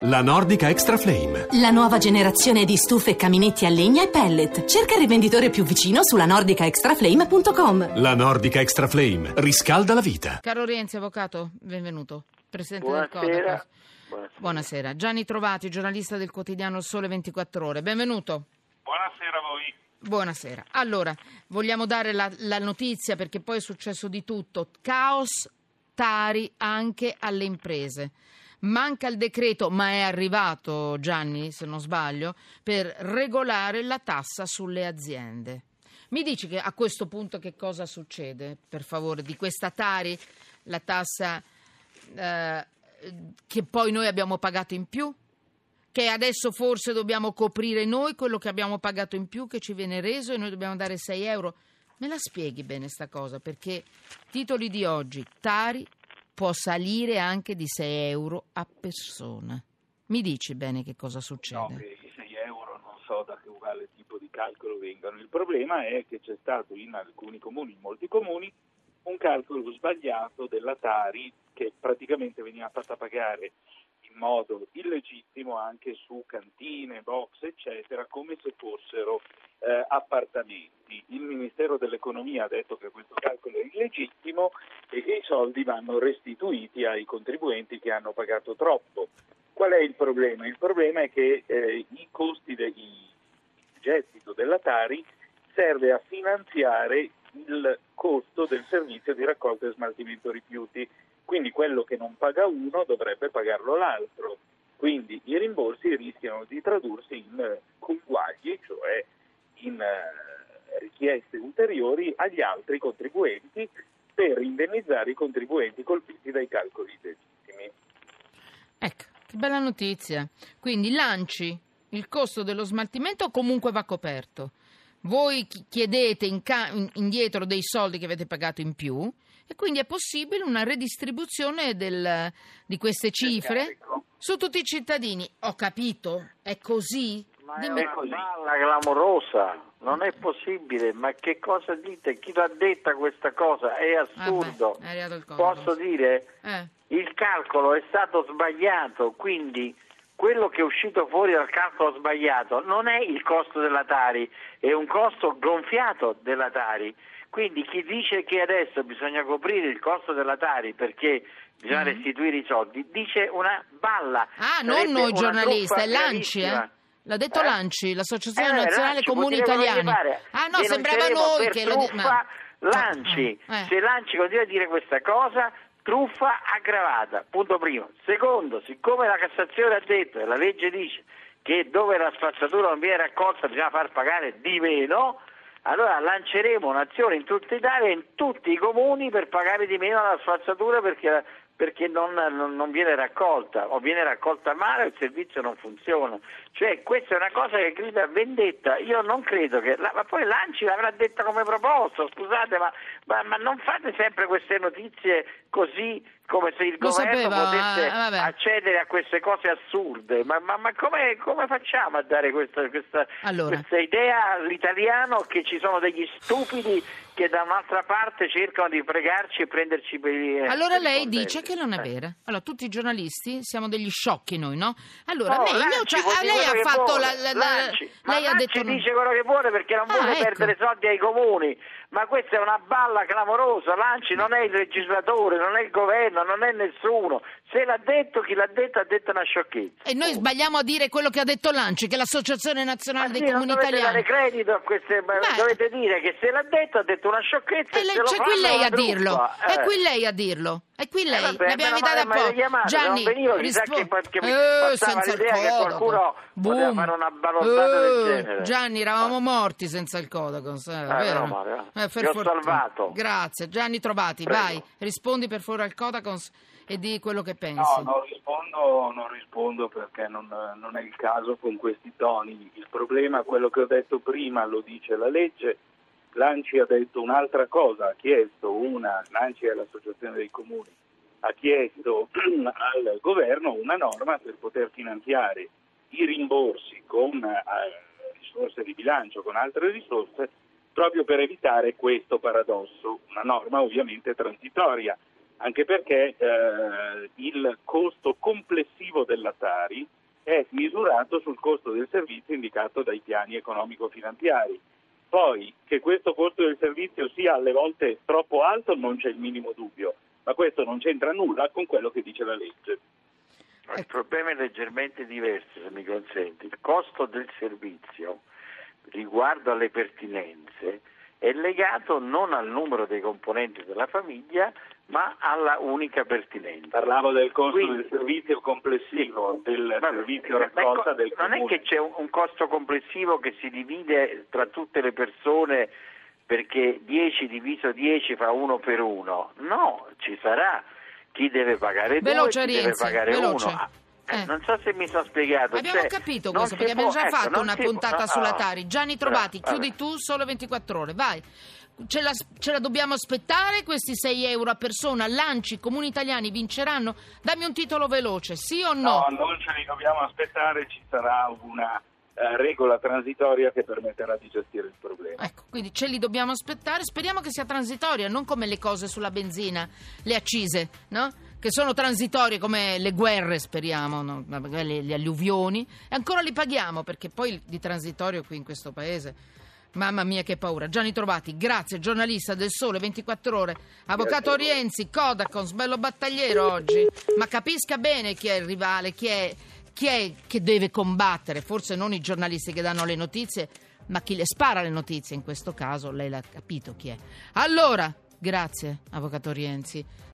La Nordica Extra Flame. La nuova generazione di stufe e caminetti a legna e pellet. Cerca il rivenditore più vicino sulla nordicaextraflame.com. La Nordica Extra Flame riscalda la vita. Caro Rienzi, avvocato, benvenuto. Presidente Buonasera. del Codacons. Buonasera. Gianni Trovati, giornalista del quotidiano Il Sole 24 Ore. Benvenuto. Buonasera a voi. Buonasera. Allora, vogliamo dare la notizia perché poi è successo di tutto. Caos Tari anche alle imprese. Manca il decreto, ma è arrivato, Gianni, se non sbaglio, per regolare la tassa sulle aziende. Mi dici che a questo punto che cosa succede, per favore, di questa Tari, la tassa che poi noi abbiamo pagato in più? Che adesso forse dobbiamo coprire noi quello che abbiamo pagato in più, che ci viene reso, e noi dobbiamo dare 6 euro? Me la spieghi bene sta cosa? Perché titoli di oggi, Tari può salire anche di 6 euro a persona. Mi dici bene che cosa succede? No, che i 6 euro non so da quale tipo di calcolo vengano. Il problema è che c'è stato in alcuni comuni, in molti comuni, un calcolo sbagliato della Tari che praticamente veniva fatta pagare in modo illegittimo anche su cantine, box, eccetera, come se fossero appartamenti. Il Ministero dell'Economia ha detto che questo calcolo è illegittimo e che i soldi vanno restituiti ai contribuenti che hanno pagato troppo. Qual è il problema? Il problema è che i costi del gettito della Tari serve a finanziare il costo del servizio di raccolta e smaltimento rifiuti. Quindi quello che non paga uno dovrebbe pagarlo l'altro. Quindi i rimborsi rischiano di tradursi in conguagli, cioè in richieste ulteriori agli altri contribuenti per indennizzare i contribuenti colpiti dai calcoli illegittimi. Ecco, che bella notizia. Quindi l'ANCI, il costo dello smaltimento comunque va coperto. Voi chiedete indietro dei soldi che avete pagato in più e quindi è possibile una redistribuzione di queste cifre su tutti i cittadini. Ho capito? È così? Ma è una balla clamorosa, non è possibile. Ma che cosa dite? Chi l'ha detta questa cosa? È assurdo. Vabbè, è arrivato il Posso dire? Il calcolo è stato sbagliato, quindi quello che è uscito fuori dal calcolo sbagliato non è il costo della Tari, è un costo gonfiato della Tari. Quindi chi dice che adesso bisogna coprire il costo della Tari perché bisogna restituire i soldi, dice una balla. Non noi giornalisti, è l'ANCI, L'ha detto l'ANCI, l'Associazione Nazionale Comuni Italiani. No, sembrava noi che lo l'ANCI, se l'ANCI continua a dire questa cosa, truffa aggravata, punto primo. Secondo, siccome la Cassazione ha detto e la legge dice che dove la spazzatura non viene raccolta bisogna far pagare di meno, allora lanceremo un'azione in tutta Italia, in tutti i comuni, per pagare di meno la spazzatura perché non viene raccolta o viene raccolta male o il servizio non funziona. Cioè questa è una cosa che grida vendetta. Io non credo che ma poi l'ANCI l'avrà detta come proposto, scusate, ma non fate sempre queste notizie così come se il governo potesse accedere a queste cose assurde. Ma come facciamo a dare questa idea all'italiano che ci sono degli stupidi che da un'altra parte cercano di fregarci e prenderci per allora per lei dice che non è vera. Allora tutti i giornalisti siamo degli sciocchi noi, no? Allora meglio, lei ha fatto lei ha detto dice quello che vuole perché non vuole perdere soldi ai comuni. Ma questa è una balla clamorosa. L'ANCI non è il legislatore, non è il governo, non è nessuno. Se l'ha detto, chi l'ha detto ha detto una sciocchezza. E noi sbagliamo a dire quello che ha detto l'ANCI, che è l'Associazione Nazionale dei Comuni Italiani. Non dovete dare credito a queste, dovete dire che se l'ha detto ha detto una sciocchezza. E c'è qui lei a dirlo. È qui lei a dirlo. È qui lei. L'abbiamo invitata apposta. Gianni, senza il Codacons. Poteva fare una ballottata del genere. Gianni, eravamo morti senza il Codacons. Ti ho salvato. Grazie. Gianni Trovati, vai, rispondi per favore al Codacons e di quello che pensi. No, non rispondo perché non è il caso con questi toni. Il problema, quello che ho detto prima, lo dice la legge. L'ANCI ha detto un'altra cosa, ha chiesto l'ANCI è l'Associazione dei Comuni, ha chiesto al governo una norma per poter finanziare i rimborsi con risorse di bilancio, con altre risorse, proprio per evitare questo paradosso. Una norma ovviamente transitoria. anche perché il costo complessivo della Tari è misurato sul costo del servizio indicato dai piani economico-finanziari. Poi che questo costo del servizio sia alle volte troppo alto non c'è il minimo dubbio, ma questo non c'entra nulla con quello che dice la legge. Il problema è leggermente diverso, se mi consenti. Il costo del servizio riguardo alle pertinenze è legato non al numero dei componenti della famiglia, ma alla unica pertinenza. Parlavo del costo del servizio complessivo, del servizio raccolta del comune. Non è che c'è un costo complessivo che si divide tra tutte le persone perché 10 diviso 10 fa 1 per 1. No, ci sarà chi deve pagare 2, chi deve pagare 1. Non so se mi sono spiegato. Abbiamo capito questo, perché abbiamo già fatto una puntata sulla Tari. Gianni Trovati, chiudi tu, Sole 24 Ore, vai. Ce la dobbiamo aspettare questi 6 euro a persona? L'ANCI, i comuni italiani vinceranno? Dammi un titolo veloce, sì o no? No, non ce li dobbiamo aspettare, ci sarà una regola transitoria che permetterà di gestire il problema. Ecco, quindi ce li dobbiamo aspettare, speriamo che sia transitoria, non come le cose sulla benzina, le accise, no? Che sono transitorie come le guerre, speriamo, no? Le alluvioni, e ancora li paghiamo, perché poi di transitorio qui in questo paese, mamma mia che paura. Gianni Trovati, grazie, giornalista del Sole 24 Ore, avvocato Rienzi, Codacons, bello battagliero oggi, ma capisca bene chi è il rivale, chi è che deve combattere, forse non i giornalisti che danno le notizie, ma chi le spara le notizie, in questo caso lei l'ha capito chi è. Allora, grazie, avvocato Rienzi.